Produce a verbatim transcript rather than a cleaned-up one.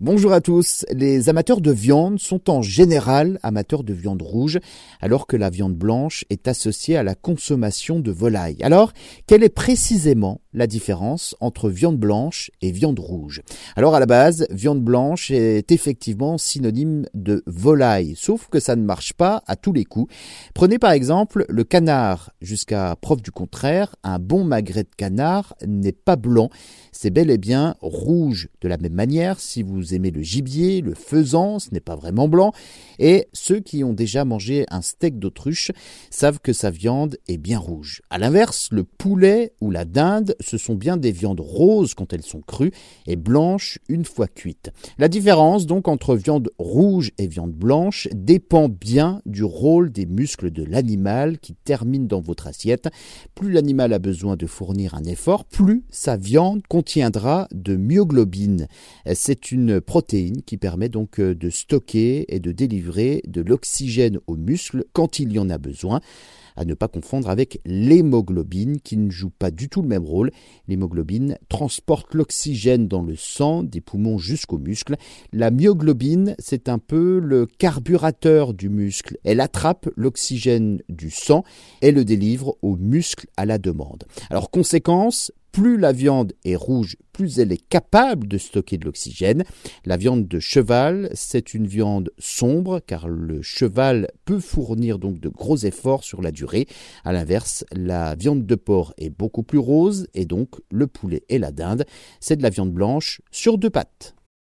Bonjour à tous. Les amateurs de viande sont en général amateurs de viande rouge, alors que la viande blanche est associée à la consommation de volaille. Alors, quelle est précisément la différence entre viande blanche et viande rouge? Alors à la base, viande blanche est effectivement synonyme de volaille, sauf que ça ne marche pas à tous les coups. Prenez par exemple le canard. Jusqu'à preuve du contraire, un bon magret de canard n'est pas blanc, c'est bel et bien rouge. De la même manière, si vous aimez le gibier, le faisan, ce n'est pas vraiment blanc. Et ceux qui ont déjà mangé un steak d'autruche savent que sa viande est bien rouge. À l'inverse, le poulet ou la dinde, ce sont bien des viandes roses quand elles sont crues et blanches une fois cuites. La différence donc entre viande rouge et viande blanche dépend bien du rôle des muscles de l'animal qui termine dans votre assiette. Plus l'animal a besoin de fournir un effort, plus sa viande contiendra de myoglobine. C'est une protéine qui permet donc de stocker et de délivrer de l'oxygène aux muscles quand il y en a besoin, à ne pas confondre avec l'hémoglobine qui ne joue pas du tout le même rôle. L'hémoglobine transporte l'oxygène dans le sang, des poumons jusqu'aux muscles. La myoglobine, c'est un peu le carburateur du muscle. Elle attrape l'oxygène du sang et le délivre aux muscles à la demande. Alors conséquence, plus la viande est rouge, plus elle est capable de stocker de l'oxygène. La viande de cheval, c'est une viande sombre car le cheval peut fournir donc de gros efforts sur la durée. À l'inverse, la viande de porc est beaucoup plus rose et donc le poulet et la dinde, c'est de la viande blanche sur deux pattes.